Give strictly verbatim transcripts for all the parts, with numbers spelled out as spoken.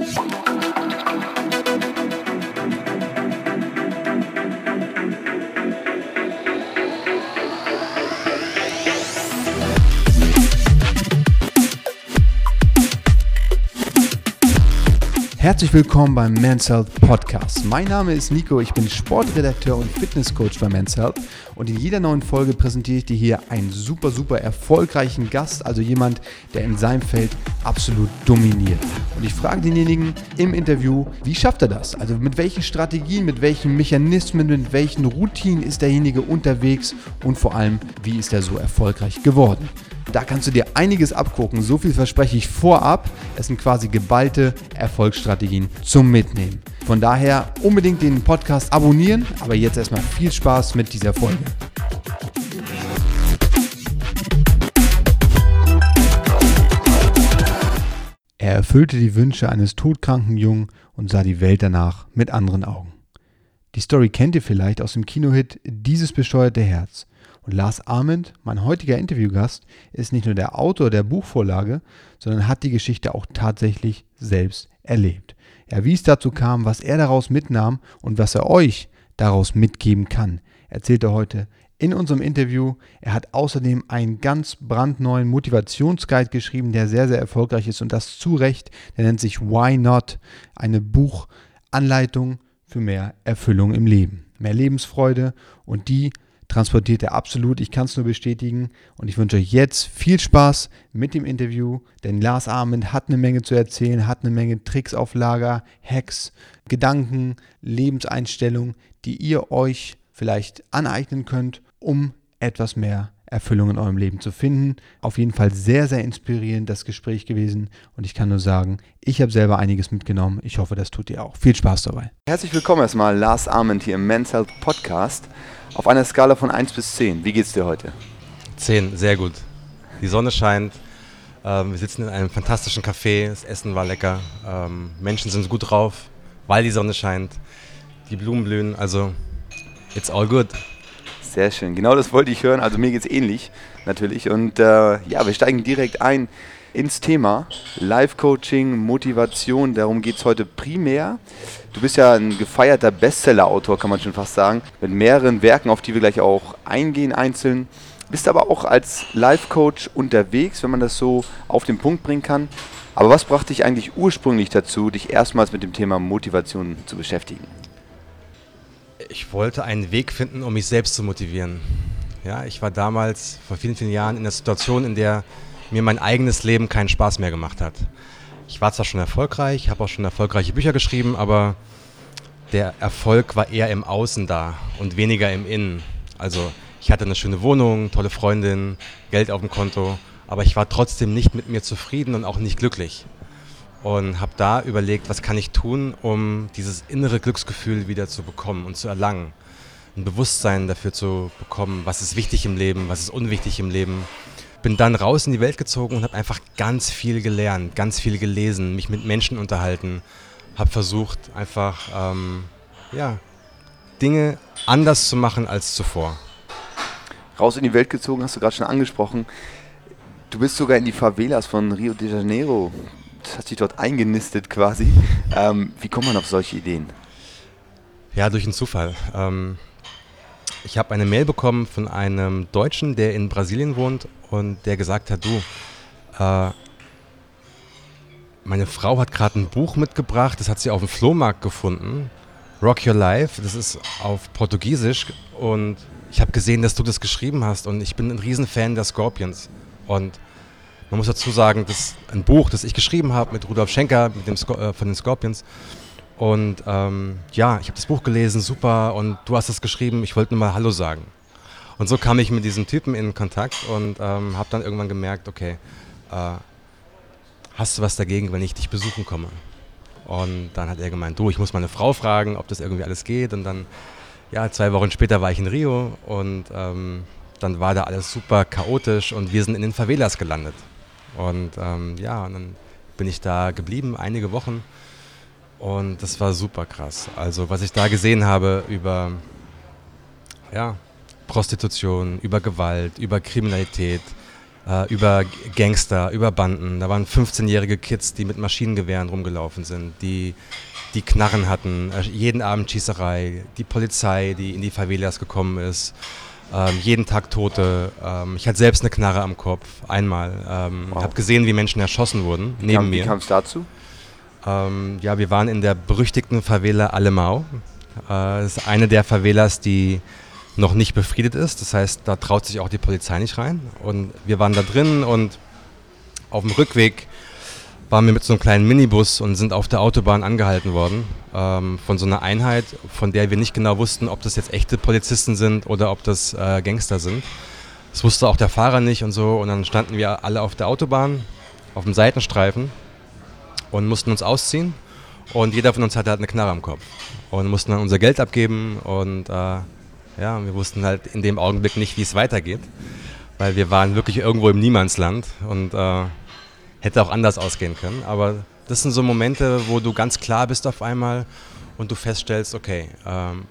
Herzlich willkommen beim Men's Health Podcast. Mein Name ist Nico, ich bin Sportredakteur und Fitnesscoach bei Men's Health und in jeder neuen Folge präsentiere ich dir hier einen super, super erfolgreichen Gast, also jemand, der in seinem Feld absolut dominiert. Und ich frage denjenigen im Interview, wie schafft er das? Also mit welchen Strategien, mit welchen Mechanismen, mit welchen Routinen ist derjenige unterwegs und vor allem, wie ist er so erfolgreich geworden? Da kannst du dir einiges abgucken, so viel verspreche ich vorab. Es sind quasi geballte Erfolgsstrategien zum Mitnehmen. Von daher unbedingt den Podcast abonnieren, aber jetzt erstmal viel Spaß mit dieser Folge. Er erfüllte die Wünsche eines todkranken Jungen und sah die Welt danach mit anderen Augen. Die Story kennt ihr vielleicht aus dem Kinohit Dieses bescheuerte Herz. Und Lars Ament, mein heutiger Interviewgast, ist nicht nur der Autor der Buchvorlage, sondern hat die Geschichte auch tatsächlich selbst erlebt. Ja, wie es dazu kam, was er daraus mitnahm und was er euch daraus mitgeben kann, erzählt er heute in unserem Interview. Er hat außerdem einen ganz brandneuen Motivationsguide geschrieben, der sehr, sehr erfolgreich ist und das zu Recht. Der nennt sich Why Not? Eine Buchanleitung für mehr Erfüllung im Leben, mehr Lebensfreude und die transportiert er absolut, ich kann es nur bestätigen und ich wünsche euch jetzt viel Spaß mit dem Interview, denn Lars Ament hat eine Menge zu erzählen, hat eine Menge Tricks auf Lager, Hacks, Gedanken, Lebenseinstellungen, die ihr euch vielleicht aneignen könnt, um etwas mehr Erfüllung in eurem Leben zu finden. Auf jeden Fall sehr, sehr inspirierend das Gespräch gewesen und ich kann nur sagen, ich habe selber einiges mitgenommen. Ich hoffe, das tut ihr auch. Viel Spaß dabei. Herzlich willkommen erstmal, Lars Ament hier im Men's Health Podcast. Auf einer Skala von eins bis zehn, wie geht's dir heute? zehn, sehr gut. Die Sonne scheint, ähm, wir sitzen in einem fantastischen Café, das Essen war lecker, ähm, Menschen sind gut drauf, weil die Sonne scheint, die Blumen blühen, also it's all good. Sehr schön, genau das wollte ich hören, also mir geht's ähnlich natürlich und äh, ja, wir steigen direkt ein ins Thema Life-Coaching, Motivation, darum geht es heute primär. Du bist ja ein gefeierter Bestseller-Autor, kann man schon fast sagen, mit mehreren Werken, auf die wir gleich auch eingehen einzeln. Bist aber auch als Life-Coach unterwegs, wenn man das so auf den Punkt bringen kann. Aber was brachte dich eigentlich ursprünglich dazu, dich erstmals mit dem Thema Motivation zu beschäftigen? Ich wollte einen Weg finden, um mich selbst zu motivieren. Ja, ich war damals vor vielen, vielen Jahren in der Situation, in der mir mein eigenes Leben keinen Spaß mehr gemacht hat. Ich war zwar schon erfolgreich, habe auch schon erfolgreiche Bücher geschrieben, aber der Erfolg war eher im Außen da und weniger im Innen. Also ich hatte eine schöne Wohnung, tolle Freundin, Geld auf dem Konto, aber ich war trotzdem nicht mit mir zufrieden und auch nicht glücklich. Und habe da überlegt, was kann ich tun, um dieses innere Glücksgefühl wieder zu bekommen und zu erlangen. Ein Bewusstsein dafür zu bekommen, was ist wichtig im Leben, was ist unwichtig im Leben. Bin dann raus in die Welt gezogen und habe einfach ganz viel gelernt, ganz viel gelesen, mich mit Menschen unterhalten, habe versucht einfach ähm, ja, Dinge anders zu machen als zuvor. Raus in die Welt gezogen, hast du gerade schon angesprochen. Du bist sogar in die Favelas von Rio de Janeiro, das hast dich dort eingenistet quasi. Ähm, wie kommt man auf solche Ideen? Ja, durch einen Zufall. Ähm, Ich habe eine Mail bekommen von einem Deutschen, der in Brasilien wohnt und der gesagt hat, du, äh, meine Frau hat gerade ein Buch mitgebracht, das hat sie auf dem Flohmarkt gefunden, Rock Your Life, das ist auf Portugiesisch und ich habe gesehen, dass du das geschrieben hast und ich bin ein Riesenfan der Scorpions und man muss dazu sagen, das ist ein Buch, das ich geschrieben habe mit Rudolf Schenker mit dem Sco- äh, von den Scorpions. Und ähm, ja, ich habe das Buch gelesen, super, und du hast es geschrieben, ich wollte nur mal Hallo sagen. Und so kam ich mit diesem Typen in Kontakt und ähm, habe dann irgendwann gemerkt, okay, äh, hast du was dagegen, wenn ich dich besuchen komme? Und dann hat er gemeint, du, ich muss meine Frau fragen, ob das irgendwie alles geht. Und dann, ja, zwei Wochen später war ich in Rio und ähm, dann war da alles super chaotisch und wir sind in den Favelas gelandet. Und ähm, ja, und dann bin ich da geblieben, einige Wochen. Und das war super krass. Also was ich da gesehen habe über ja, Prostitution, über Gewalt, über Kriminalität, äh, über Gangster, über Banden. Da waren fünfzehnjährige Kids, die mit Maschinengewehren rumgelaufen sind, die, die Knarren hatten, äh, jeden Abend Schießerei, die Polizei, die in die Favelas gekommen ist, ähm, jeden Tag Tote. Ähm, ich hatte selbst eine Knarre am Kopf, einmal. Ähm, Wow. Habe gesehen, wie Menschen erschossen wurden, Wie neben kam, mir. Wie kam es dazu? Ähm, ja, wir waren in der berüchtigten Favela Alemão. Äh, das ist eine der Favelas, die noch nicht befriedet ist. Das heißt, da traut sich auch die Polizei nicht rein. Und wir waren da drin und auf dem Rückweg waren wir mit so einem kleinen Minibus und sind auf der Autobahn angehalten worden ähm, von so einer Einheit, von der wir nicht genau wussten, ob das jetzt echte Polizisten sind oder ob das äh, Gangster sind. Das wusste auch der Fahrer nicht und so. Und dann standen wir alle auf der Autobahn, auf dem Seitenstreifen und mussten uns ausziehen. Und jeder von uns hatte halt eine Knarre am Kopf. Und mussten dann unser Geld abgeben und äh, ja, wir wussten halt in dem Augenblick nicht, wie es weitergeht, weil wir waren wirklich irgendwo im Niemandsland und äh, hätte auch anders ausgehen können. Aber das sind so Momente, wo du ganz klar bist auf einmal und du feststellst, okay, ähm,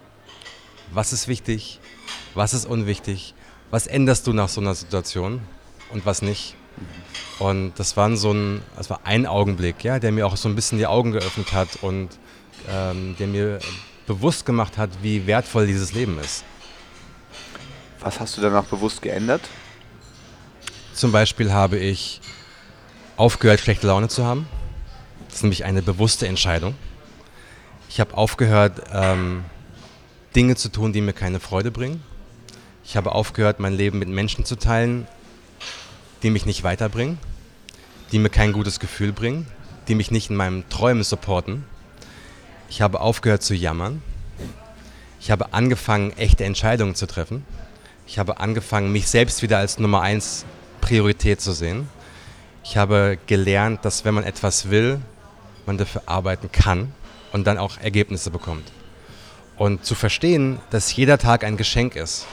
was ist wichtig, was ist unwichtig, was änderst du nach so einer Situation und was nicht. Und das, waren so ein, das war ein Augenblick, ja, der mir auch so ein bisschen die Augen geöffnet hat und ähm, der mir bewusst gemacht hat, wie wertvoll dieses Leben ist. Was hast du danach bewusst geändert? Zum Beispiel habe ich aufgehört, schlechte Laune zu haben. Das ist nämlich eine bewusste Entscheidung. Ich habe aufgehört, ähm, Dinge zu tun, die mir keine Freude bringen. Ich habe aufgehört, mein Leben mit Menschen zu teilen, die mich nicht weiterbringen, die mir kein gutes Gefühl bringen, die mich nicht in meinen Träumen supporten. Ich habe aufgehört zu jammern. Ich habe angefangen, echte Entscheidungen zu treffen. Ich habe angefangen, mich selbst wieder als Nummer eins Priorität zu sehen. Ich habe gelernt, dass wenn man etwas will, man dafür arbeiten kann und dann auch Ergebnisse bekommt. Und zu verstehen, dass jeder Tag ein Geschenk ist,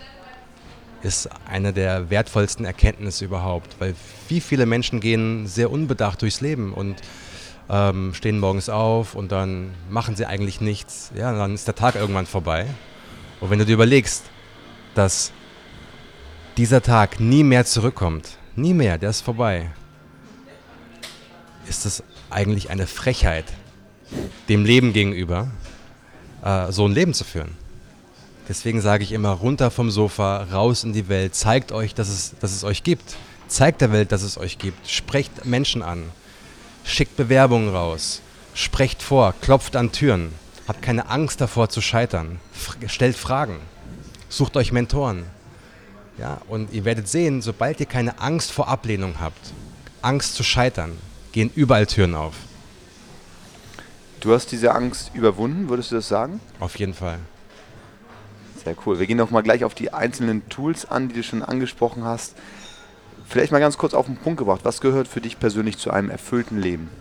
ist eine der wertvollsten Erkenntnisse überhaupt. Weil wie viele Menschen gehen sehr unbedacht durchs Leben und ähm, stehen morgens auf und dann machen sie eigentlich nichts. Ja, dann ist der Tag irgendwann vorbei. Und wenn du dir überlegst, dass dieser Tag nie mehr zurückkommt, nie mehr, der ist vorbei, ist es eigentlich eine Frechheit, dem Leben gegenüber äh, so ein Leben zu führen. Deswegen sage ich immer, runter vom Sofa, raus in die Welt, zeigt euch, dass es, dass es euch gibt. Zeigt der Welt, dass es euch gibt. Sprecht Menschen an. Schickt Bewerbungen raus. Sprecht vor, klopft an Türen. Habt keine Angst davor zu scheitern. F- stellt Fragen. Sucht euch Mentoren. Ja, und ihr werdet sehen, sobald ihr keine Angst vor Ablehnung habt, Angst zu scheitern, gehen überall Türen auf. Du hast diese Angst überwunden, würdest du das sagen? Auf jeden Fall. Sehr cool. Wir gehen noch mal gleich auf die einzelnen Tools an, die du schon angesprochen hast. Vielleicht mal ganz kurz auf den Punkt gebracht. Was gehört für dich persönlich zu einem erfüllten Leben?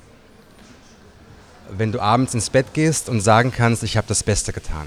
Wenn du abends ins Bett gehst und sagen kannst, ich habe das Beste getan.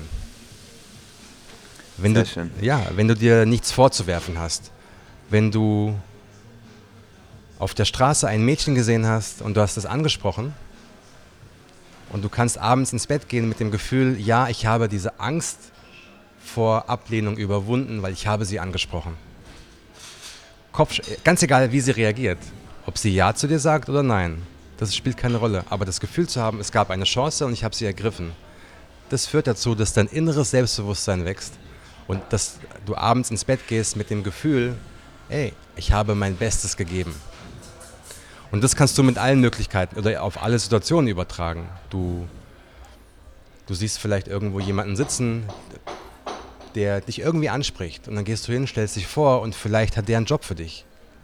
Wenn Sehr du, schön. Ja, wenn du dir nichts vorzuwerfen hast. Wenn du auf der Straße ein Mädchen gesehen hast und du hast es angesprochen und du kannst abends ins Bett gehen mit dem Gefühl, ja, ich habe diese Angst vor Ablehnung überwunden, weil ich habe sie angesprochen. Kopf, ganz egal, wie sie reagiert, ob sie Ja zu dir sagt oder Nein, das spielt keine Rolle. Aber das Gefühl zu haben, es gab eine Chance und ich habe sie ergriffen, das führt dazu, dass dein inneres Selbstbewusstsein wächst und dass du abends ins Bett gehst mit dem Gefühl, ey, ich habe mein Bestes gegeben. Und das kannst du mit allen Möglichkeiten oder auf alle Situationen übertragen. Du, du siehst vielleicht irgendwo jemanden sitzen, der dich irgendwie anspricht und dann gehst du hin, stellst dich vor und vielleicht hat der einen Job für dich.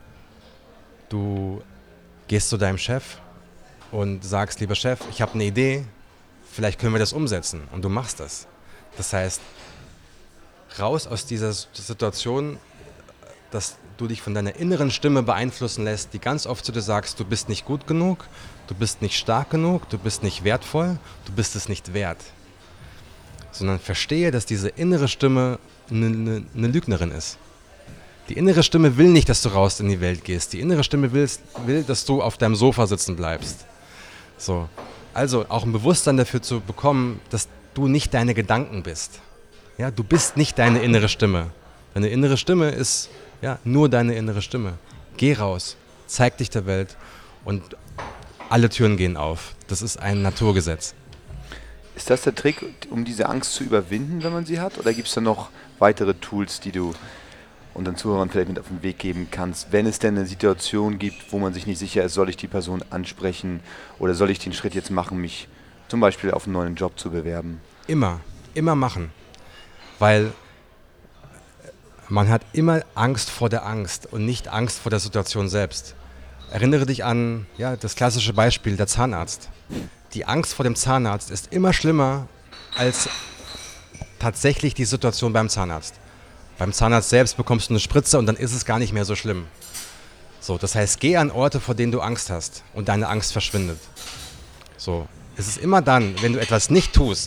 Du gehst zu deinem Chef und sagst, lieber Chef, ich habe eine Idee, vielleicht können wir das umsetzen und du machst das. Das heißt, raus aus dieser Situation, dass du dich von deiner inneren Stimme beeinflussen lässt, die ganz oft zu dir sagst, du bist nicht gut genug, du bist nicht stark genug, du bist nicht wertvoll, du bist es nicht wert. Sondern verstehe, dass diese innere Stimme eine, eine, eine Lügnerin ist. Die innere Stimme will nicht, dass du raus in die Welt gehst. Die innere Stimme will, will dass du auf deinem Sofa sitzen bleibst. So. Also auch ein Bewusstsein dafür zu bekommen, dass du nicht deine Gedanken bist. Ja, du bist nicht deine innere Stimme. Deine innere Stimme ist Ja, nur deine innere Stimme. Geh raus, zeig dich der Welt und alle Türen gehen auf. Das ist ein Naturgesetz. Ist das der Trick, um diese Angst zu überwinden, wenn man sie hat? Oder gibt es da noch weitere Tools, die du unseren Zuhörern vielleicht mit auf den Weg geben kannst, wenn es denn eine Situation gibt, wo man sich nicht sicher ist, soll ich die Person ansprechen oder soll ich den Schritt jetzt machen, mich zum Beispiel auf einen neuen Job zu bewerben? Immer, immer machen. Weil man hat immer Angst vor der Angst und nicht Angst vor der Situation selbst. Erinnere dich an ja, das klassische Beispiel, der Zahnarzt. Die Angst vor dem Zahnarzt ist immer schlimmer als tatsächlich die Situation beim Zahnarzt. Beim Zahnarzt selbst bekommst du eine Spritze und dann ist es gar nicht mehr so schlimm. So, das heißt, geh an Orte, vor denen du Angst hast und deine Angst verschwindet. So, es ist immer dann, wenn du etwas nicht tust,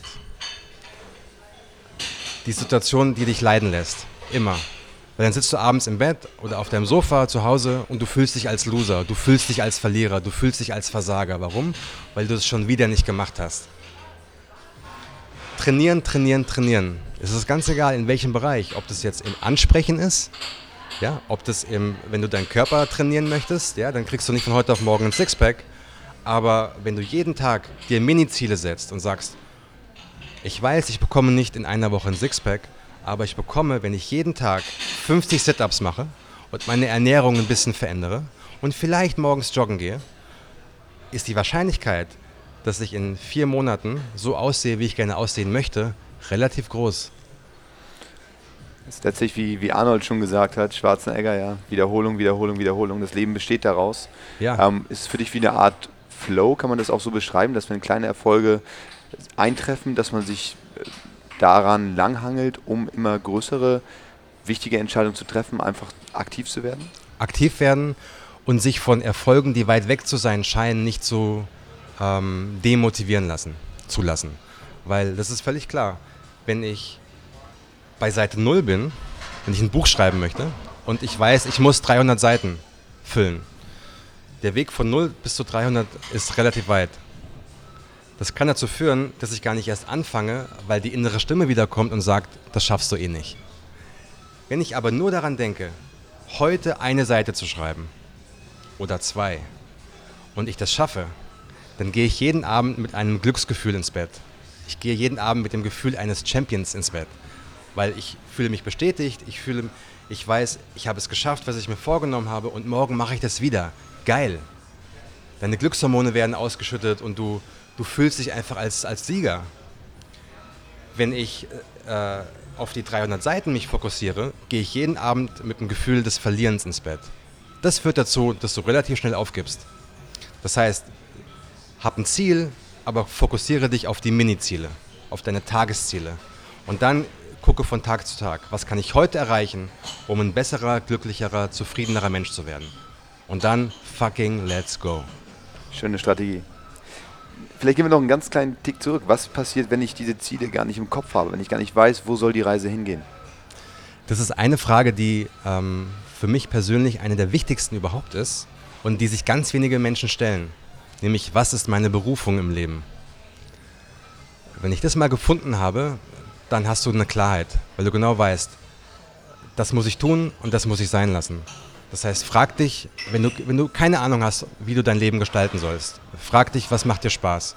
die Situation, die dich leiden lässt. Immer. Weil dann sitzt du abends im Bett oder auf deinem Sofa zu Hause und du fühlst dich als Loser, du fühlst dich als Verlierer, du fühlst dich als Versager. Warum? Weil du es schon wieder nicht gemacht hast. Trainieren, trainieren, trainieren. Es ist ganz egal, in welchem Bereich. Ob das jetzt im Ansprechen ist, ja, ob das im, wenn du deinen Körper trainieren möchtest, ja, dann kriegst du nicht von heute auf morgen ein Sixpack. Aber wenn du jeden Tag dir Mini-Ziele setzt und sagst, ich weiß, ich bekomme nicht in einer Woche ein Sixpack, aber ich bekomme, wenn ich jeden Tag fünfzig Sit-Ups mache und meine Ernährung ein bisschen verändere und vielleicht morgens joggen gehe, ist die Wahrscheinlichkeit, dass ich in vier Monaten so aussehe, wie ich gerne aussehen möchte, relativ groß. Das ist letztlich, wie, wie Arnold schon gesagt hat, Schwarzenegger, ja, Wiederholung, Wiederholung, Wiederholung, das Leben besteht daraus. Ja. Ähm, ist es für dich wie eine Art Flow, kann man das auch so beschreiben, dass wenn kleine Erfolge eintreffen, dass man sich daran langhangelt, um immer größere, wichtige Entscheidungen zu treffen, einfach aktiv zu werden? Aktiv werden und sich von Erfolgen, die weit weg zu sein scheinen, nicht so ähm, demotivieren lassen, zulassen. Weil das ist völlig klar, wenn ich bei Seite null bin, wenn ich ein Buch schreiben möchte und ich weiß, ich muss dreihundert Seiten füllen, der Weg von null bis zu dreihundert ist relativ weit. Das kann dazu führen, dass ich gar nicht erst anfange, weil die innere Stimme wieder kommt und sagt, das schaffst du eh nicht. Wenn ich aber nur daran denke, heute eine Seite zu schreiben oder zwei und ich das schaffe, dann gehe ich jeden Abend mit einem Glücksgefühl ins Bett. Ich gehe jeden Abend mit dem Gefühl eines Champions ins Bett, weil ich fühle mich bestätigt, ich fühle, ich weiß, ich habe es geschafft, was ich mir vorgenommen habe und morgen mache ich das wieder. Geil. Deine Glückshormone werden ausgeschüttet und du Du fühlst dich einfach als, als Sieger. Wenn ich äh, auf die dreihundert Seiten mich fokussiere, gehe ich jeden Abend mit dem Gefühl des Verlierens ins Bett. Das führt dazu, dass du relativ schnell aufgibst. Das heißt, hab ein Ziel, aber fokussiere dich auf die Mini-Ziele, auf deine Tagesziele. Und dann gucke von Tag zu Tag, was kann ich heute erreichen, um ein besserer, glücklicherer, zufriedenerer Mensch zu werden. Und dann fucking let's go. Schöne Strategie. Vielleicht gehen wir noch einen ganz kleinen Tick zurück. Was passiert, wenn ich diese Ziele gar nicht im Kopf habe, wenn ich gar nicht weiß, wo soll die Reise hingehen? Das ist eine Frage, die ähm, für mich persönlich eine der wichtigsten überhaupt ist und die sich ganz wenige Menschen stellen. Nämlich, was ist meine Berufung im Leben? Wenn ich das mal gefunden habe, dann hast du eine Klarheit, weil du genau weißt, das muss ich tun und das muss ich sein lassen. Das heißt, frag dich, wenn du, wenn du keine Ahnung hast, wie du dein Leben gestalten sollst, frag dich, was macht dir Spaß?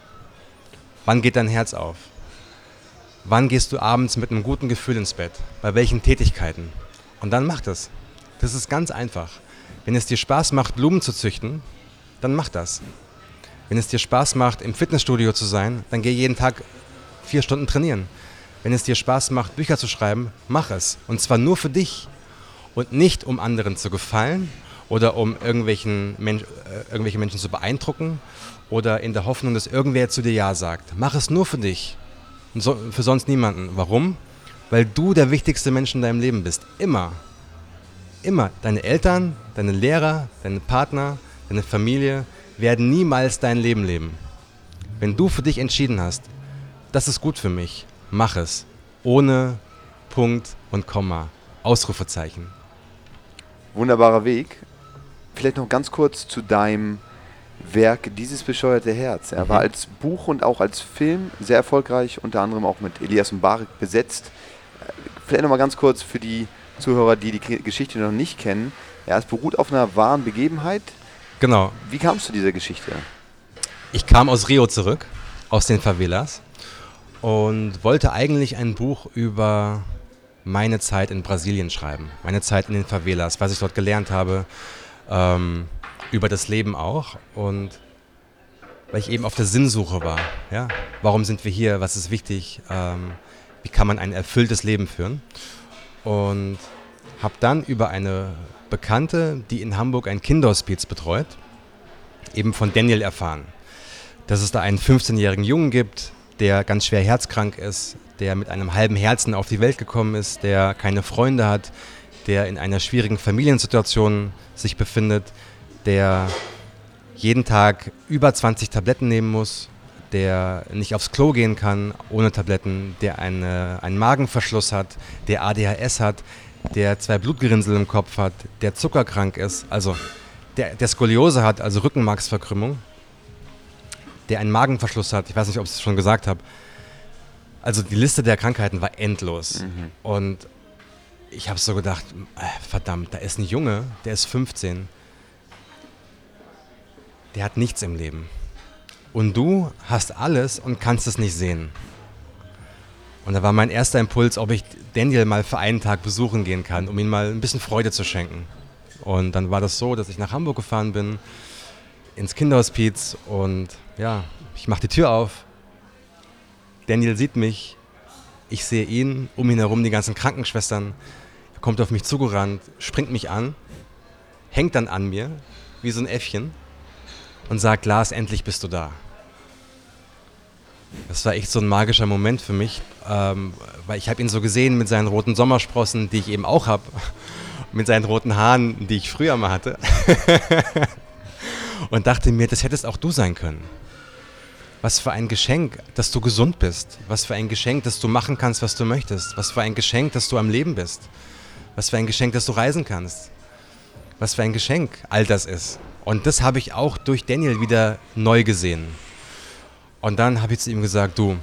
Wann geht dein Herz auf? Wann gehst du abends mit einem guten Gefühl ins Bett? Bei welchen Tätigkeiten? Und dann mach das. Das ist ganz einfach. Wenn es dir Spaß macht, Blumen zu züchten, dann mach das. Wenn es dir Spaß macht, im Fitnessstudio zu sein, dann geh jeden Tag vier Stunden trainieren. Wenn es dir Spaß macht, Bücher zu schreiben, mach es. Und zwar nur für dich. Und nicht, um anderen zu gefallen oder um irgendwelchen Mensch, äh, irgendwelche Menschen zu beeindrucken oder in der Hoffnung, dass irgendwer zu dir Ja sagt. Mach es nur für dich und so, für sonst niemanden. Warum? Weil du der wichtigste Mensch in deinem Leben bist. Immer. Immer. Deine Eltern, deine Lehrer, deine Partner, deine Familie werden niemals dein Leben leben. Wenn du für dich entschieden hast, das ist gut für mich, mach es. Ohne Punkt und Komma. Ausrufezeichen. Wunderbarer Weg. Vielleicht noch ganz kurz zu deinem Werk Dieses bescheuerte Herz. Er mhm. war als Buch und auch als Film sehr erfolgreich, unter anderem auch mit Elias Mbarek besetzt. Vielleicht noch mal ganz kurz für die Zuhörer, die die Geschichte noch nicht kennen, ja, es beruht auf einer wahren Begebenheit. Genau. Wie kamst du zu dieser Geschichte? Ich kam aus Rio zurück, aus den Favelas und wollte eigentlich ein Buch über meine Zeit in Brasilien schreiben, meine Zeit in den Favelas, was ich dort gelernt habe, ähm, über das Leben auch und weil ich eben auf der Sinnsuche war. Ja? Warum sind wir hier? Was ist wichtig? Ähm, wie kann man ein erfülltes Leben führen? Und habe dann über eine Bekannte, die in Hamburg ein Kinderhospiz betreut, eben von Daniel erfahren, dass es da einen fünfzehnjährigen Jungen gibt, der ganz schwer herzkrank ist, der mit einem halben Herzen auf die Welt gekommen ist, der keine Freunde hat, der in einer schwierigen Familiensituation sich befindet, der jeden Tag über zwanzig Tabletten nehmen muss, der nicht aufs Klo gehen kann ohne Tabletten, der eine, einen Magenverschluss hat, der A D H S hat, der zwei Blutgerinnsel im Kopf hat, der zuckerkrank ist, also der, der Skoliose hat, also Rückenmarksverkrümmung, der einen Magenverschluss hat, ich weiß nicht, ob ich es schon gesagt habe. Also die Liste der Krankheiten war endlos. Mhm. Und ich habe so gedacht, äh, verdammt, da ist ein Junge, der ist fünfzehn, der hat nichts im Leben. Und du hast alles und kannst es nicht sehen. Und da war mein erster Impuls, ob ich Daniel mal für einen Tag besuchen gehen kann, um ihm mal ein bisschen Freude zu schenken. Und dann war das so, dass ich nach Hamburg gefahren bin, ins Kinderhospiz und ja, ich mache die Tür auf. Daniel sieht mich, ich sehe ihn, um ihn herum die ganzen Krankenschwestern. Er kommt auf mich zugerannt, springt mich an, hängt dann an mir, wie so ein Äffchen und sagt, Lars, endlich bist du da. Das war echt so ein magischer Moment für mich, ähm, weil ich habe ihn so gesehen mit seinen roten Sommersprossen, die ich eben auch habe, mit seinen roten Haaren, die ich früher mal hatte und dachte mir, das hättest auch du sein können. Was für ein Geschenk, dass du gesund bist. Was für ein Geschenk, dass du machen kannst, was du möchtest. Was für ein Geschenk, dass du am Leben bist. Was für ein Geschenk, dass du reisen kannst. Was für ein Geschenk all das ist. Und das habe ich auch durch Daniel wieder neu gesehen. Und dann habe ich zu ihm gesagt, du,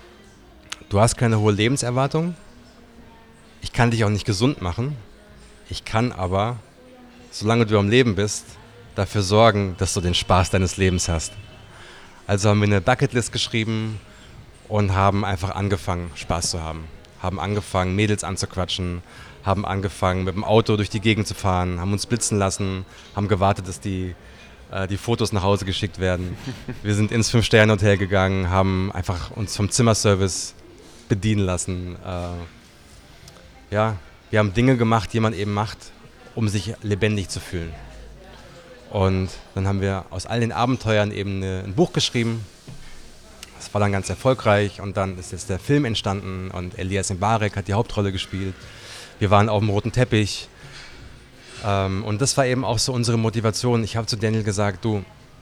du hast keine hohe Lebenserwartung. Ich kann dich auch nicht gesund machen. Ich kann aber, solange du am Leben bist, dafür sorgen, dass du den Spaß deines Lebens hast. Also haben wir eine Bucketlist geschrieben und haben einfach angefangen, Spaß zu haben. Haben angefangen, Mädels anzuquatschen, haben angefangen, mit dem Auto durch die Gegend zu fahren, haben uns blitzen lassen, haben gewartet, dass die, äh, die Fotos nach Hause geschickt werden. Wir sind ins Fünf-Sterne-Hotel gegangen, haben einfach uns vom Zimmerservice bedienen lassen. Äh, ja, wir haben Dinge gemacht, die man eben macht, um sich lebendig zu fühlen. Und dann haben wir aus all den Abenteuern eben eine, ein Buch geschrieben. Das war dann ganz erfolgreich und dann ist jetzt der Film entstanden und Elias Mbarek hat die Hauptrolle gespielt. Wir waren auf dem roten Teppich ähm, und das war eben auch so unsere Motivation. Ich habe zu Daniel gesagt, du,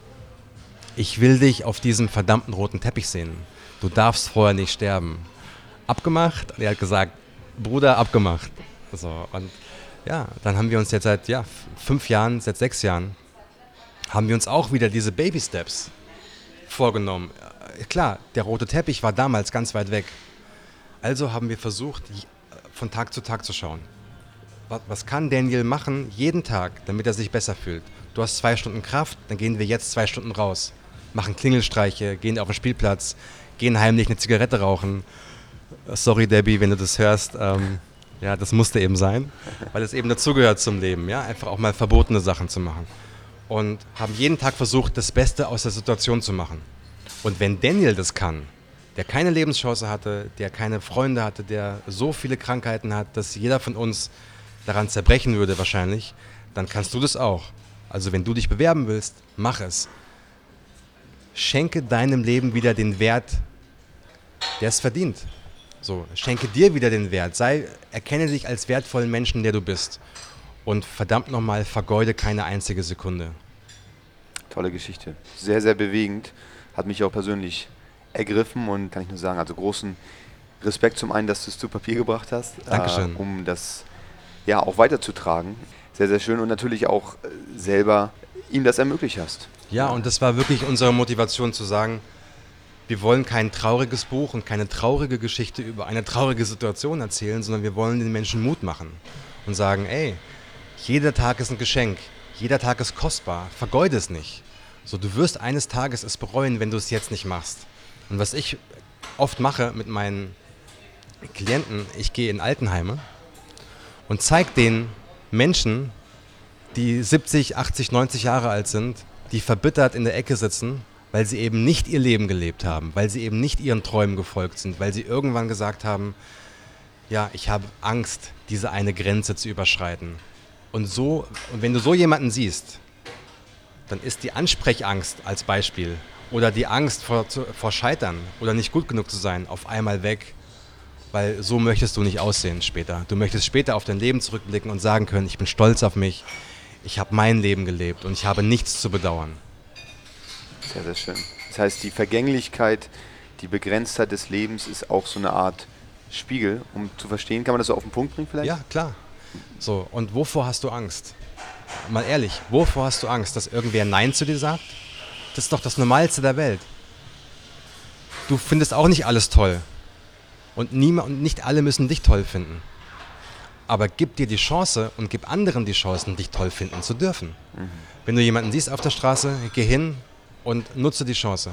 ich will dich auf diesem verdammten roten Teppich sehen. Du darfst vorher nicht sterben. Abgemacht? Und er hat gesagt, Bruder, abgemacht. So, und ja, dann haben wir uns jetzt seit ja, fünf Jahren, seit sechs Jahren, haben wir uns auch wieder diese Baby-Steps vorgenommen. Klar, der rote Teppich war damals ganz weit weg. Also haben wir versucht, von Tag zu Tag zu schauen. Was, was kann Daniel machen, jeden Tag, damit er sich besser fühlt? Du hast zwei Stunden Kraft, dann gehen wir jetzt zwei Stunden raus. Machen Klingelstreiche, gehen auf den Spielplatz, gehen heimlich eine Zigarette rauchen. Sorry, Debbie, wenn du das hörst. Ähm, ja, das musste eben sein, weil es eben dazugehört zum Leben. Ja? Einfach auch mal verbotene Sachen zu machen. Und haben jeden Tag versucht, das Beste aus der Situation zu machen. Und wenn Daniel das kann, der keine Lebenschance hatte, der keine Freunde hatte, der so viele Krankheiten hat, dass jeder von uns daran zerbrechen würde wahrscheinlich, dann kannst du das auch. Also wenn du dich bewerben willst, mach es. Schenke deinem Leben wieder den Wert, der es verdient. So, schenke dir wieder den Wert. Sei, erkenne dich als wertvollen Menschen, der du bist. Und verdammt nochmal, vergeude keine einzige Sekunde. Tolle Geschichte. Sehr, sehr bewegend. Hat mich auch persönlich ergriffen und kann ich nur sagen, also großen Respekt zum einen, dass du es zu Papier gebracht hast. Dankeschön. Äh, um das ja auch weiterzutragen. Sehr, sehr schön und natürlich auch äh, selber ihm das ermöglicht hast. Ja, und das war wirklich unsere Motivation zu sagen, wir wollen kein trauriges Buch und keine traurige Geschichte über eine traurige Situation erzählen, sondern wir wollen den Menschen Mut machen. und sagen, ey, jeder Tag ist ein Geschenk, jeder Tag ist kostbar, vergeude es nicht. So, du wirst eines Tages es bereuen, wenn du es jetzt nicht machst. Und was ich oft mache mit meinen Klienten, ich gehe in Altenheime und zeige den Menschen, die siebzig, achtzig, neunzig Jahre alt sind, die verbittert in der Ecke sitzen, weil sie eben nicht ihr Leben gelebt haben, weil sie eben nicht ihren Träumen gefolgt sind, weil sie irgendwann gesagt haben, ja, ich habe Angst, diese eine Grenze zu überschreiten. Und so, und wenn du so jemanden siehst, dann ist die Ansprechangst als Beispiel oder die Angst vor, vor Scheitern oder nicht gut genug zu sein auf einmal weg, weil so möchtest du nicht aussehen später. Du möchtest später auf dein Leben zurückblicken und sagen können, ich bin stolz auf mich, ich habe mein Leben gelebt und ich habe nichts zu bedauern. Sehr, sehr schön. Das heißt, die Vergänglichkeit, die Begrenztheit des Lebens ist auch so eine Art Spiegel, um zu verstehen. Kann man das so auf den Punkt bringen vielleicht? Ja, klar. So, und wovor hast du Angst? Mal ehrlich, wovor hast du Angst? Dass irgendwer Nein zu dir sagt? Das ist doch das Normalste der Welt. Du findest auch nicht alles toll. Und, niemand, und nicht alle müssen dich toll finden. Aber gib dir die Chance und gib anderen die Chancen, dich toll finden zu dürfen. Mhm. Wenn du jemanden siehst auf der Straße, geh hin und nutze die Chance.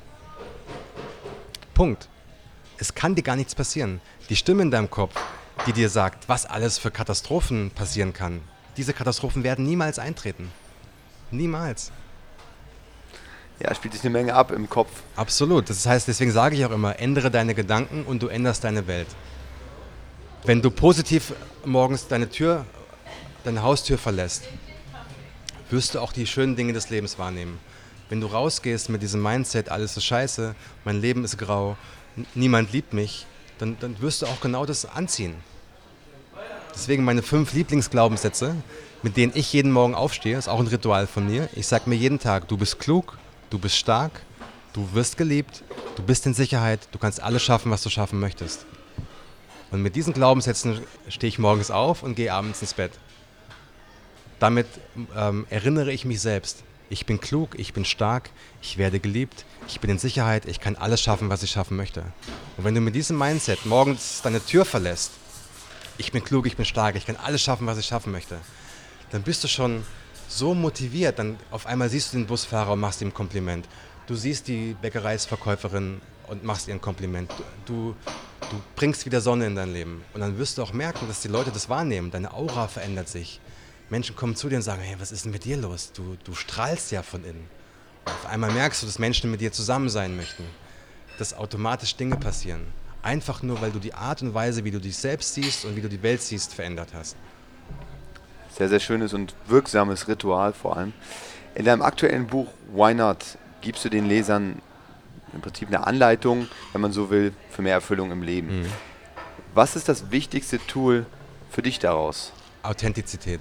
Punkt. Es kann dir gar nichts passieren. Die Stimme in deinem Kopf, die dir sagt, was alles für Katastrophen passieren kann, diese Katastrophen werden niemals eintreten. Niemals. Ja, spielt sich eine Menge ab im Kopf. Absolut. Das heißt, deswegen sage ich auch immer, ändere deine Gedanken und du änderst deine Welt. Wenn du positiv morgens deine Tür, deine Haustür verlässt, wirst du auch die schönen Dinge des Lebens wahrnehmen. Wenn du rausgehst mit diesem Mindset, alles ist scheiße, mein Leben ist grau, n- niemand liebt mich, dann, dann wirst du auch genau das anziehen. Deswegen meine fünf Lieblingsglaubenssätze, mit denen ich jeden Morgen aufstehe, ist auch ein Ritual von mir. Ich sage mir jeden Tag, du bist klug, du bist stark, du wirst geliebt, du bist in Sicherheit, du kannst alles schaffen, was du schaffen möchtest. Und mit diesen Glaubenssätzen stehe ich morgens auf und gehe abends ins Bett. Damit ähm, erinnere ich mich selbst. Ich bin klug, ich bin stark, ich werde geliebt, ich bin in Sicherheit, ich kann alles schaffen, was ich schaffen möchte. Und wenn du mit diesem Mindset morgens deine Tür verlässt, ich bin klug, ich bin stark, ich kann alles schaffen, was ich schaffen möchte, dann bist du schon so motiviert, dann auf einmal siehst du den Busfahrer und machst ihm ein Kompliment. Du siehst die Bäckereisverkäuferin und machst ihr ein Kompliment. Du, du bringst wieder Sonne in dein Leben. Und dann wirst du auch merken, dass die Leute das wahrnehmen. Deine Aura verändert sich. Menschen kommen zu dir und sagen, hey, was ist denn mit dir los? Du, du strahlst ja von innen. Und auf einmal merkst du, dass Menschen mit dir zusammen sein möchten. Dass automatisch Dinge passieren. Einfach nur, weil du die Art und Weise, wie du dich selbst siehst und wie du die Welt siehst, verändert hast. Sehr, sehr schönes und wirksames Ritual vor allem. In deinem aktuellen Buch Why Not gibst du den Lesern im Prinzip eine Anleitung, wenn man so will, für mehr Erfüllung im Leben. Mhm. Was ist das wichtigste Tool für dich daraus? Authentizität.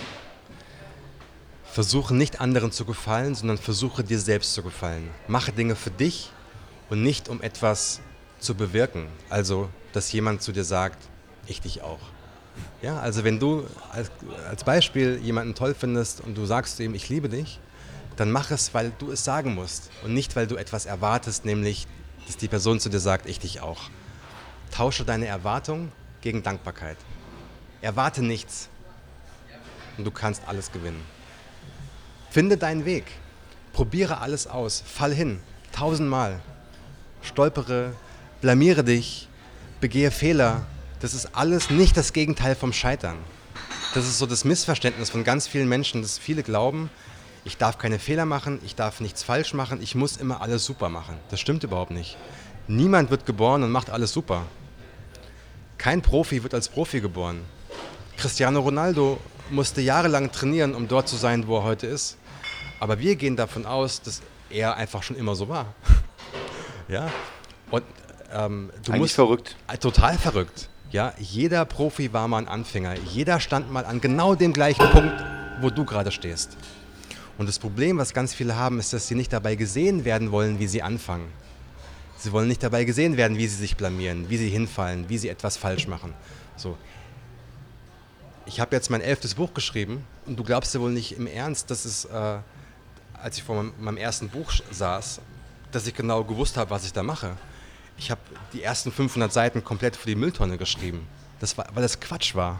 Versuche nicht anderen zu gefallen, sondern versuche dir selbst zu gefallen. Mache Dinge für dich und nicht um etwas zu bewirken. Also, dass jemand zu dir sagt, ich dich auch. Ja, also wenn du als, als Beispiel jemanden toll findest und du sagst zu ihm, ich liebe dich, dann mach es, weil du es sagen musst und nicht, weil du etwas erwartest, nämlich, dass die Person zu dir sagt, ich dich auch. Tausche deine Erwartung gegen Dankbarkeit. Erwarte nichts und du kannst alles gewinnen. Finde deinen Weg. Probiere alles aus. Fall hin. Tausendmal. Stolpere, blamiere dich, begehe Fehler. Das ist alles nicht das Gegenteil vom Scheitern. Das ist so das Missverständnis von ganz vielen Menschen, dass viele glauben, ich darf keine Fehler machen, ich darf nichts falsch machen, ich muss immer alles super machen. Das stimmt überhaupt nicht. Niemand wird geboren und macht alles super. Kein Profi wird als Profi geboren. Cristiano Ronaldo musste jahrelang trainieren, um dort zu sein, wo er heute ist. Aber wir gehen davon aus, dass er einfach schon immer so war. Ja? Und ähm, du Eigentlich musst, verrückt. Äh, total verrückt. Ja? Jeder Profi war mal ein Anfänger. Jeder stand mal an genau dem gleichen Punkt, wo du gerade stehst. Und das Problem, was ganz viele haben, ist, dass sie nicht dabei gesehen werden wollen, wie sie anfangen. Sie wollen nicht dabei gesehen werden, wie sie sich blamieren, wie sie hinfallen, wie sie etwas falsch machen. So. Ich habe jetzt mein elftes Buch geschrieben und du glaubst ja wohl nicht im Ernst, dass es, äh, als ich vor meinem, meinem ersten Buch saß, dass ich genau gewusst habe, was ich da mache. Ich habe die ersten fünfhundert Seiten komplett für die Mülltonne geschrieben, das war, weil das Quatsch war.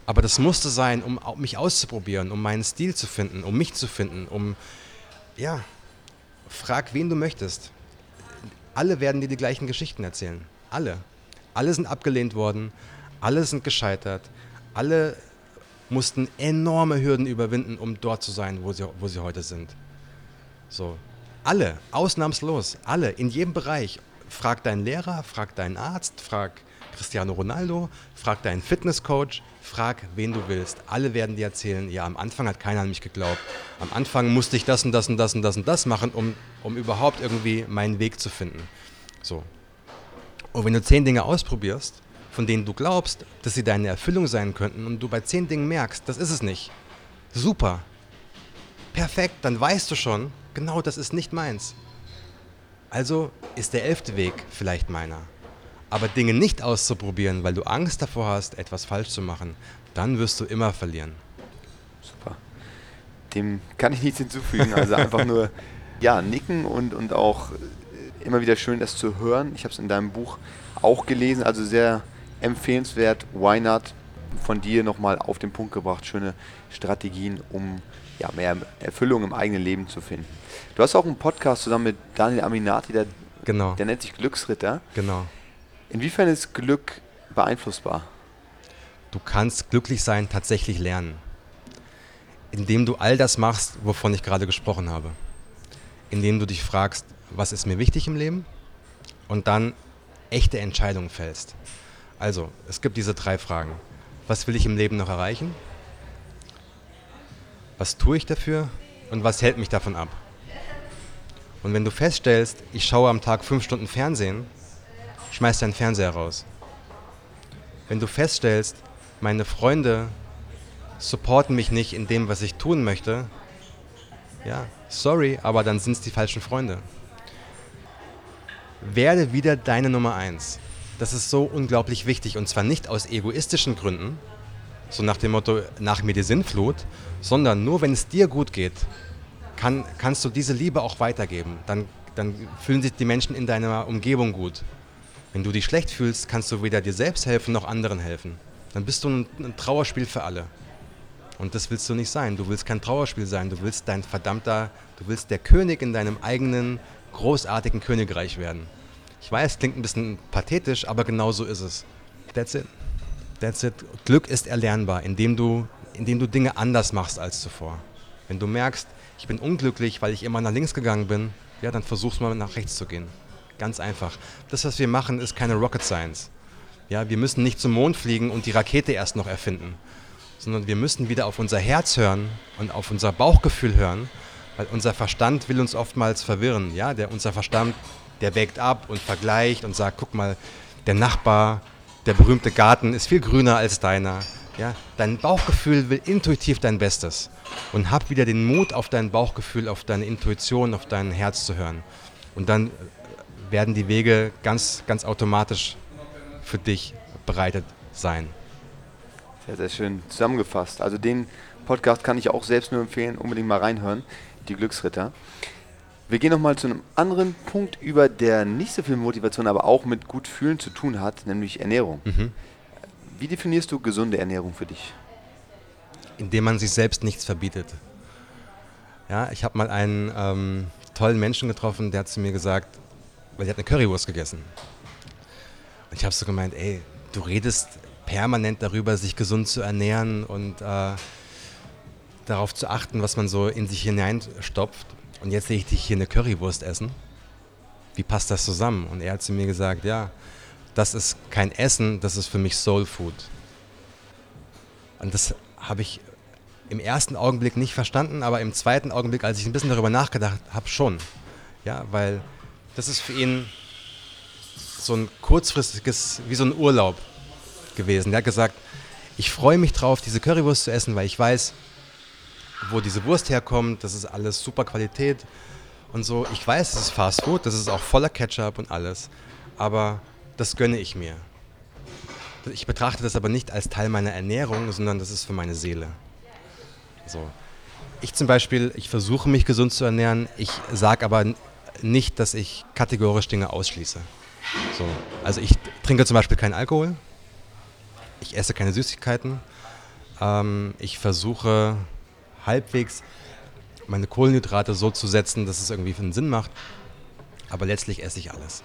Aber das musste sein, um mich auszuprobieren, um meinen Stil zu finden, um mich zu finden, um, ja, frag, wen du möchtest. Alle werden dir die gleichen Geschichten erzählen. Alle. Alle sind abgelehnt worden, alle sind gescheitert, alle mussten enorme Hürden überwinden, um dort zu sein, wo sie, wo sie heute sind. So. Alle, ausnahmslos, alle, in jedem Bereich. Frag deinen Lehrer, frag deinen Arzt, frag Cristiano Ronaldo, frag deinen Fitnesscoach, frag, wen du willst. Alle werden dir erzählen, ja, am Anfang hat keiner an mich geglaubt. Am Anfang musste ich das und das und das und das und das machen, um, um überhaupt irgendwie meinen Weg zu finden. So. Und wenn du zehn Dinge ausprobierst, von denen du glaubst, dass sie deine Erfüllung sein könnten und du bei zehn Dingen merkst, das ist es nicht. Super. Perfekt, dann weißt du schon, genau das ist nicht meins. Also ist der elfte Weg vielleicht meiner. Aber Dinge nicht auszuprobieren, weil du Angst davor hast, etwas falsch zu machen, dann wirst du immer verlieren. Super. Dem kann ich nichts hinzufügen. Also einfach nur ja, nicken und, und auch immer wieder schön, das zu hören. Ich habe es in deinem Buch auch gelesen, also sehr empfehlenswert. Why Not? Von dir nochmal auf den Punkt gebracht. Schöne Strategien, um ja, mehr Erfüllung im eigenen Leben zu finden. Du hast auch einen Podcast zusammen mit Daniel Aminati, der, genau. der nennt sich Glücksritter. Genau. Inwiefern ist Glück beeinflussbar? Du kannst glücklich sein tatsächlich lernen, indem du all das machst, wovon ich gerade gesprochen habe. Indem du dich fragst, was ist mir wichtig im Leben? Und dann echte Entscheidungen fällst. Also, es gibt diese drei Fragen. Was will ich im Leben noch erreichen? Was tue ich dafür? Und was hält mich davon ab? Und wenn du feststellst, ich schaue am Tag fünf Stunden Fernsehen, schmeiß deinen Fernseher raus. Wenn du feststellst, meine Freunde supporten mich nicht in dem, was ich tun möchte, ja, sorry, aber dann sind es die falschen Freunde. Werde wieder deine Nummer eins. Das ist so unglaublich wichtig und zwar nicht aus egoistischen Gründen, so nach dem Motto, nach mir die Sinnflut, sondern nur wenn es dir gut geht, kann, kannst du diese Liebe auch weitergeben. Dann, dann fühlen sich die Menschen in deiner Umgebung gut. Wenn du dich schlecht fühlst, kannst du weder dir selbst helfen noch anderen helfen. Dann bist du ein, ein Trauerspiel für alle. Und das willst du nicht sein. Du willst kein Trauerspiel sein. Du willst dein verdammter, du willst der König in deinem eigenen großartigen Königreich werden. Ich weiß, klingt ein bisschen pathetisch, aber genau so ist es. That's it. That's it. Glück ist erlernbar, indem du, indem du Dinge anders machst als zuvor. Wenn du merkst, ich bin unglücklich, weil ich immer nach links gegangen bin, ja, dann versuch's mal nach rechts zu gehen. Ganz einfach. Das, was wir machen, ist keine Rocket Science. Ja, wir müssen nicht zum Mond fliegen und die Rakete erst noch erfinden, sondern wir müssen wieder auf unser Herz hören und auf unser Bauchgefühl hören, weil unser Verstand will uns oftmals verwirren. Ja, der, unser Verstand, der wägt ab und vergleicht und sagt, guck mal, der Nachbar, der berühmte Garten ist viel grüner als deiner. Ja, dein Bauchgefühl will intuitiv dein Bestes und hab wieder den Mut, auf dein Bauchgefühl, auf deine Intuition, auf dein Herz zu hören. Und dann werden die Wege ganz, ganz automatisch für dich bereitet sein. Sehr, sehr schön zusammengefasst. Also den Podcast kann ich auch selbst nur empfehlen, unbedingt mal reinhören, die Glücksritter. Wir gehen nochmal zu einem anderen Punkt über, der nicht so viel Motivation, aber auch mit gut fühlen zu tun hat, nämlich Ernährung. Mhm. Wie definierst du gesunde Ernährung für dich? Indem man sich selbst nichts verbietet. Ja, ich habe mal einen ähm, tollen Menschen getroffen, der hat zu mir gesagt, weil der hat eine Currywurst gegessen. Und ich habe so gemeint, ey, du redest permanent darüber, sich gesund zu ernähren und äh, darauf zu achten, was man so in sich hineinstopft. Und jetzt sehe ich dich hier eine Currywurst essen. Wie passt das zusammen? Und er hat zu mir gesagt, ja, das ist kein Essen, das ist für mich Soul Food. Und das habe ich im ersten Augenblick nicht verstanden, aber im zweiten Augenblick, als ich ein bisschen darüber nachgedacht habe, schon. Ja, weil das ist für ihn so ein kurzfristiges, wie so ein Urlaub gewesen. Er hat gesagt, ich freue mich drauf, diese Currywurst zu essen, weil ich weiß, wo diese Wurst herkommt, das ist alles super Qualität und so. Ich weiß, es ist Fast Food, das ist auch voller Ketchup und alles, aber das gönne ich mir. Ich betrachte das aber nicht als Teil meiner Ernährung, sondern das ist für meine Seele. So. Ich zum Beispiel, ich versuche mich gesund zu ernähren, ich sage aber nicht, dass ich kategorisch Dinge ausschließe. So. Also ich trinke zum Beispiel keinen Alkohol, ich esse keine Süßigkeiten, Ähm, ich versuche halbwegs meine Kohlenhydrate so zu setzen, dass es irgendwie einen Sinn macht. Aber letztlich esse ich alles.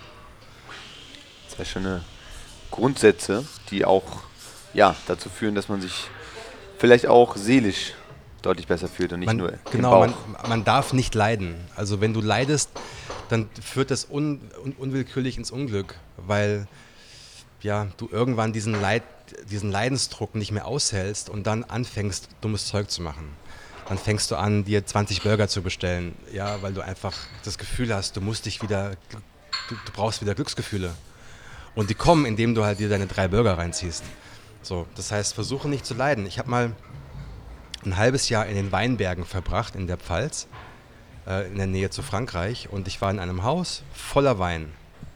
Sehr schöne Grundsätze, die auch ja, dazu führen, dass man sich vielleicht auch seelisch deutlich besser fühlt und nicht Man, nur im genau, man, Bauch. man darf nicht leiden. Also wenn du leidest, dann führt das un, un, unwillkürlich ins Unglück, weil ja, du irgendwann diesen, Leid, diesen Leidensdruck nicht mehr aushältst und dann anfängst, dummes Zeug zu machen. Dann fängst du an, dir zwanzig Burger zu bestellen, ja, weil du einfach das Gefühl hast, du musst dich wieder, du, du brauchst wieder Glücksgefühle. Und die kommen, indem du halt dir deine drei Burger reinziehst. So, das heißt, versuche nicht zu leiden. Ich habe mal ein halbes Jahr in den Weinbergen verbracht, in der Pfalz, äh, in der Nähe zu Frankreich. Und ich war in einem Haus voller Wein.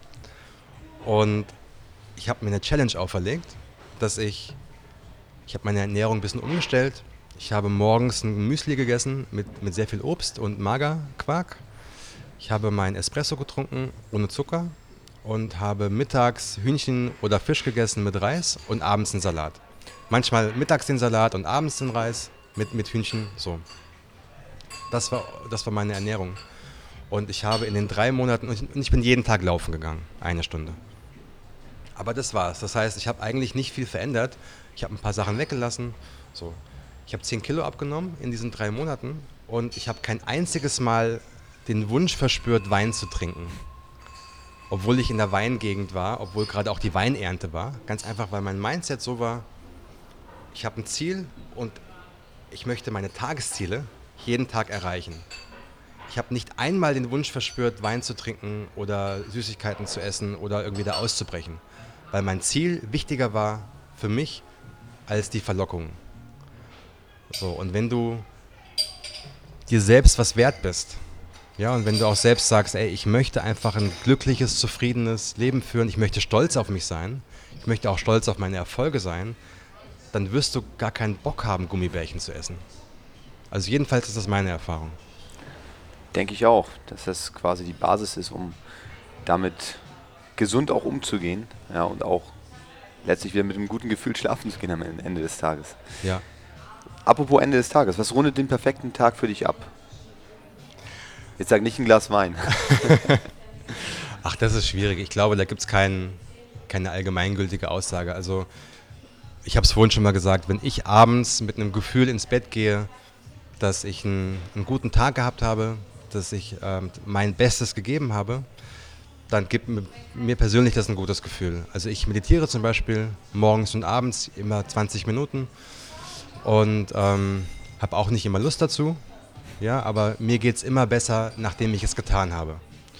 Und ich habe mir eine Challenge auferlegt, dass ich, ich habe meine Ernährung ein bisschen umgestellt. Ich habe morgens ein Müsli gegessen mit, mit sehr viel Obst und Magerquark. Ich habe meinen Espresso getrunken ohne Zucker und habe mittags Hühnchen oder Fisch gegessen mit Reis und abends einen Salat. Manchmal mittags den Salat und abends den Reis mit, mit Hühnchen, so. Das war, das war meine Ernährung. Und ich habe in den drei Monaten, und ich, und ich bin jeden Tag laufen gegangen, eine Stunde. Aber das war's. Das heißt, ich habe eigentlich nicht viel verändert. Ich habe ein paar Sachen weggelassen. So. Ich habe zehn Kilo abgenommen in diesen drei Monaten und ich habe kein einziges Mal den Wunsch verspürt, Wein zu trinken. Obwohl ich in der Weingegend war, obwohl gerade auch die Weinernte war. Ganz einfach, weil mein Mindset so war, ich habe ein Ziel und ich möchte meine Tagesziele jeden Tag erreichen. Ich habe nicht einmal den Wunsch verspürt, Wein zu trinken oder Süßigkeiten zu essen oder irgendwie da auszubrechen. Weil mein Ziel wichtiger war für mich als die Verlockung. So, und wenn du dir selbst was wert bist, ja, und wenn du auch selbst sagst, ey, ich möchte einfach ein glückliches, zufriedenes Leben führen, ich möchte stolz auf mich sein, ich möchte auch stolz auf meine Erfolge sein, dann wirst du gar keinen Bock haben, Gummibärchen zu essen. Also jedenfalls ist das meine Erfahrung. Denke ich auch, dass das quasi die Basis ist, um damit gesund auch umzugehen, ja, und auch letztlich wieder mit einem guten Gefühl schlafen zu gehen am Ende des Tages. Ja. Apropos Ende des Tages, was rundet den perfekten Tag für dich ab? Jetzt sag nicht ein Glas Wein. Ach, das ist schwierig. Ich glaube, da gibt es kein, keine allgemeingültige Aussage. Also ich habe es vorhin schon mal gesagt, wenn ich abends mit einem Gefühl ins Bett gehe, dass ich einen, einen guten Tag gehabt habe, dass ich ähm, mein Bestes gegeben habe, dann gibt mir persönlich das ein gutes Gefühl. Also ich meditiere zum Beispiel morgens und abends immer zwanzig Minuten und ähm, habe auch nicht immer Lust dazu, ja, aber mir geht es immer besser, nachdem ich es getan habe.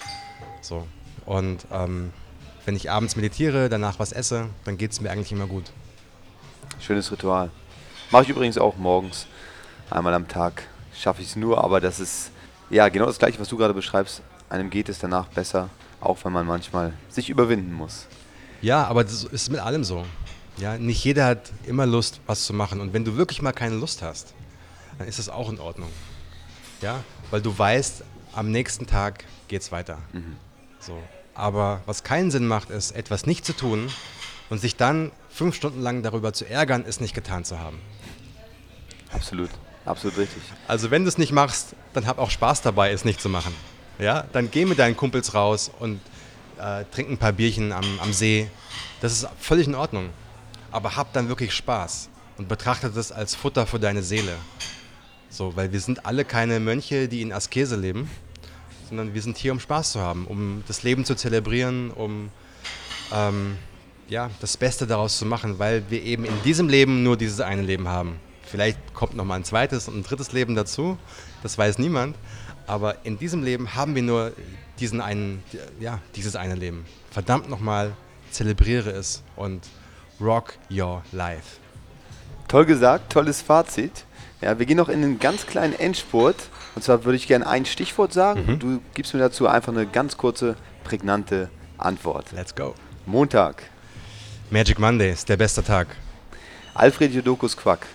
So. Und ähm, wenn ich abends meditiere, danach was esse, dann geht es mir eigentlich immer gut. Schönes Ritual. Mache ich übrigens auch morgens. Einmal am Tag schaffe ich es nur, aber das ist ja genau das Gleiche, was du gerade beschreibst. Einem geht es danach besser, auch wenn man manchmal sich überwinden muss. Ja, aber das ist mit allem so. Ja, nicht jeder hat immer Lust, was zu machen. Und wenn du wirklich mal keine Lust hast, dann ist das auch in Ordnung. Ja, weil du weißt, am nächsten Tag geht's weiter. Mhm. So. Aber was keinen Sinn macht, ist, etwas nicht zu tun und sich dann fünf Stunden lang darüber zu ärgern, es nicht getan zu haben. Absolut, absolut richtig. Also wenn du es nicht machst, dann hab auch Spaß dabei, es nicht zu machen. Ja, dann geh mit deinen Kumpels raus und äh, trink ein paar Bierchen am, am See. Das ist völlig in Ordnung. Aber hab dann wirklich Spaß und betrachte das als Futter für deine Seele. So, weil wir sind alle keine Mönche, die in Askese leben, sondern wir sind hier, um Spaß zu haben, um das Leben zu zelebrieren, um ähm, ja, das Beste daraus zu machen, weil wir eben in diesem Leben nur dieses eine Leben haben. Vielleicht kommt noch mal ein zweites und ein drittes Leben dazu, das weiß niemand, aber in diesem Leben haben wir nur diesen einen, ja, dieses eine Leben. Verdammt nochmal, zelebriere es und rock your life. Toll gesagt, tolles Fazit. Ja, wir gehen noch in einen ganz kleinen Endspurt. Und zwar würde ich gerne ein Stichwort sagen. Mhm. Und du gibst mir dazu einfach eine ganz kurze, prägnante Antwort. Let's go. Montag. Magic Monday ist der beste Tag. Alfred Jodokus Quack.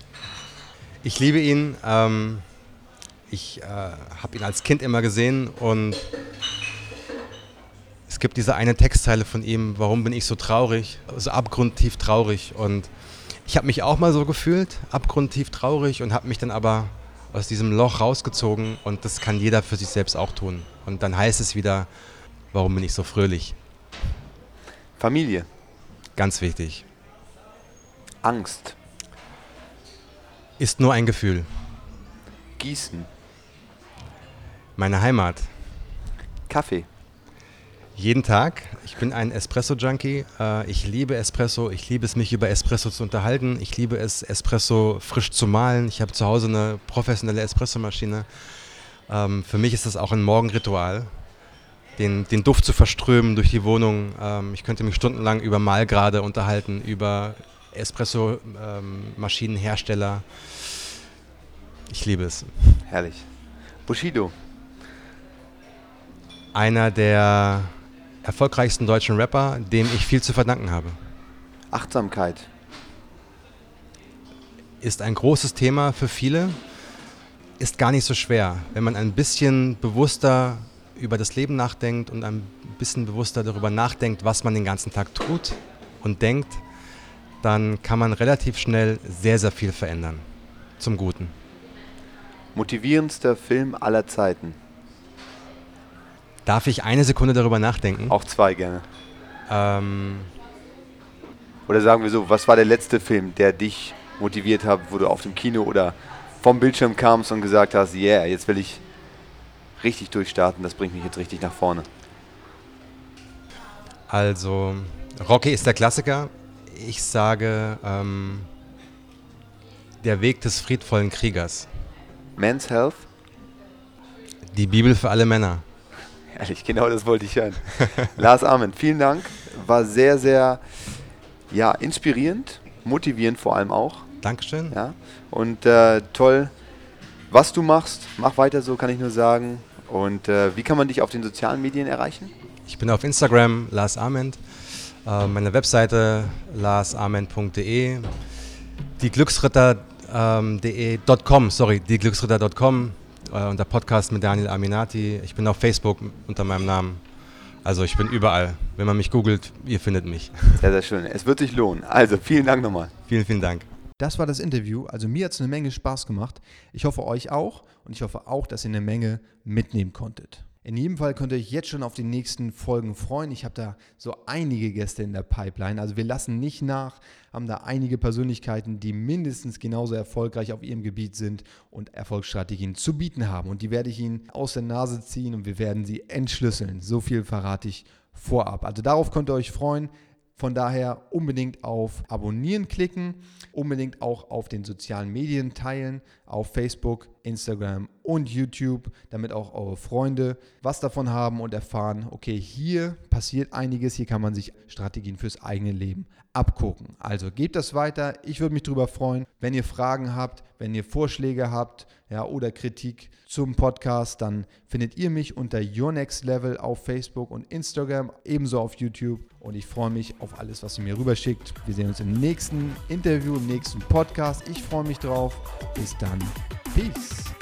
Ich liebe ihn. Ähm, ich äh, habe ihn als Kind immer gesehen und es gibt diese eine Textzeile von ihm, warum bin ich so traurig, so abgrundtief traurig. Und Ich habe mich auch mal so gefühlt, abgrundtief traurig und habe mich dann aber aus diesem Loch rausgezogen und das kann jeder für sich selbst auch tun. Und dann heißt es wieder, warum bin ich so fröhlich? Familie. Ganz wichtig. Angst. Ist nur ein Gefühl. Gießen. Meine Heimat. Kaffee. Jeden Tag. Ich bin ein Espresso-Junkie. Äh, ich liebe Espresso. Ich liebe es, mich über Espresso zu unterhalten. Ich liebe es, Espresso frisch zu mahlen. Ich habe zu Hause eine professionelle Espressomaschine. Ähm, für mich ist das auch ein Morgenritual, den, den Duft zu verströmen durch die Wohnung. Ähm, ich könnte mich stundenlang über Mahlgrade unterhalten, über Espresso-Maschinenhersteller. Ich liebe es. Herrlich. Bushido. Einer der erfolgreichsten deutschen Rapper, dem ich viel zu verdanken habe. Achtsamkeit. Ist ein großes Thema für viele, ist gar nicht so schwer. Wenn man ein bisschen bewusster über das Leben nachdenkt und ein bisschen bewusster darüber nachdenkt, was man den ganzen Tag tut und denkt, dann kann man relativ schnell sehr, sehr viel verändern. Zum Guten. Motivierendster Film aller Zeiten. Darf ich eine Sekunde darüber nachdenken? Auch zwei gerne. Ähm, Oder sagen wir so, was war der letzte Film, der dich motiviert hat, wo du auf dem Kino oder vom Bildschirm kamst und gesagt hast, yeah, jetzt will ich richtig durchstarten, das bringt mich jetzt richtig nach vorne. Also, Rocky ist der Klassiker. Ich sage, ähm, der Weg des friedvollen Kriegers. Men's Health. Die Bibel für alle Männer. Ehrlich, genau das wollte ich hören. Lars Ament, vielen Dank. War sehr, sehr ja, inspirierend, motivierend vor allem auch. Dankeschön. Ja. Und äh, toll, was du machst. Mach weiter so, kann ich nur sagen. Und äh, wie kann man dich auf den sozialen Medien erreichen? Ich bin auf Instagram, Lars Ament. Äh, meine Webseite lars ament punkt de. Die Glücksritter ähm, de, .com, sorry, die Glücksritter punkt com. Und der Podcast mit Daniel Aminati. Ich bin auf Facebook unter meinem Namen. Also ich bin überall. Wenn man mich googelt, ihr findet mich. Sehr, sehr schön. Es wird sich lohnen. Also vielen Dank nochmal. Vielen, vielen Dank. Das war das Interview. Also mir hat es eine Menge Spaß gemacht. Ich hoffe euch auch und ich hoffe auch, dass ihr eine Menge mitnehmen konntet. In jedem Fall könnt ihr euch jetzt schon auf die nächsten Folgen freuen. Ich habe da so einige Gäste in der Pipeline. Also wir lassen nicht nach, haben da einige Persönlichkeiten, die mindestens genauso erfolgreich auf ihrem Gebiet sind und Erfolgsstrategien zu bieten haben. Und die werde ich Ihnen aus der Nase ziehen und wir werden sie entschlüsseln. So viel verrate ich vorab. Also darauf könnt ihr euch freuen. Von daher unbedingt auf Abonnieren klicken, unbedingt auch auf den sozialen Medien teilen, auf Facebook, Instagram und YouTube, damit auch eure Freunde was davon haben und erfahren, okay, hier passiert einiges, hier kann man sich Strategien fürs eigene Leben abgucken. Also gebt das weiter, ich würde mich darüber freuen, wenn ihr Fragen habt, wenn ihr Vorschläge habt, ja, oder Kritik zum Podcast, dann findet ihr mich unter Your Next Level auf Facebook und Instagram, ebenso auf YouTube. Und ich freue mich auf alles, was ihr mir rüberschickt. Wir sehen uns im nächsten Interview, im nächsten Podcast. Ich freue mich drauf. Bis dann. Peace.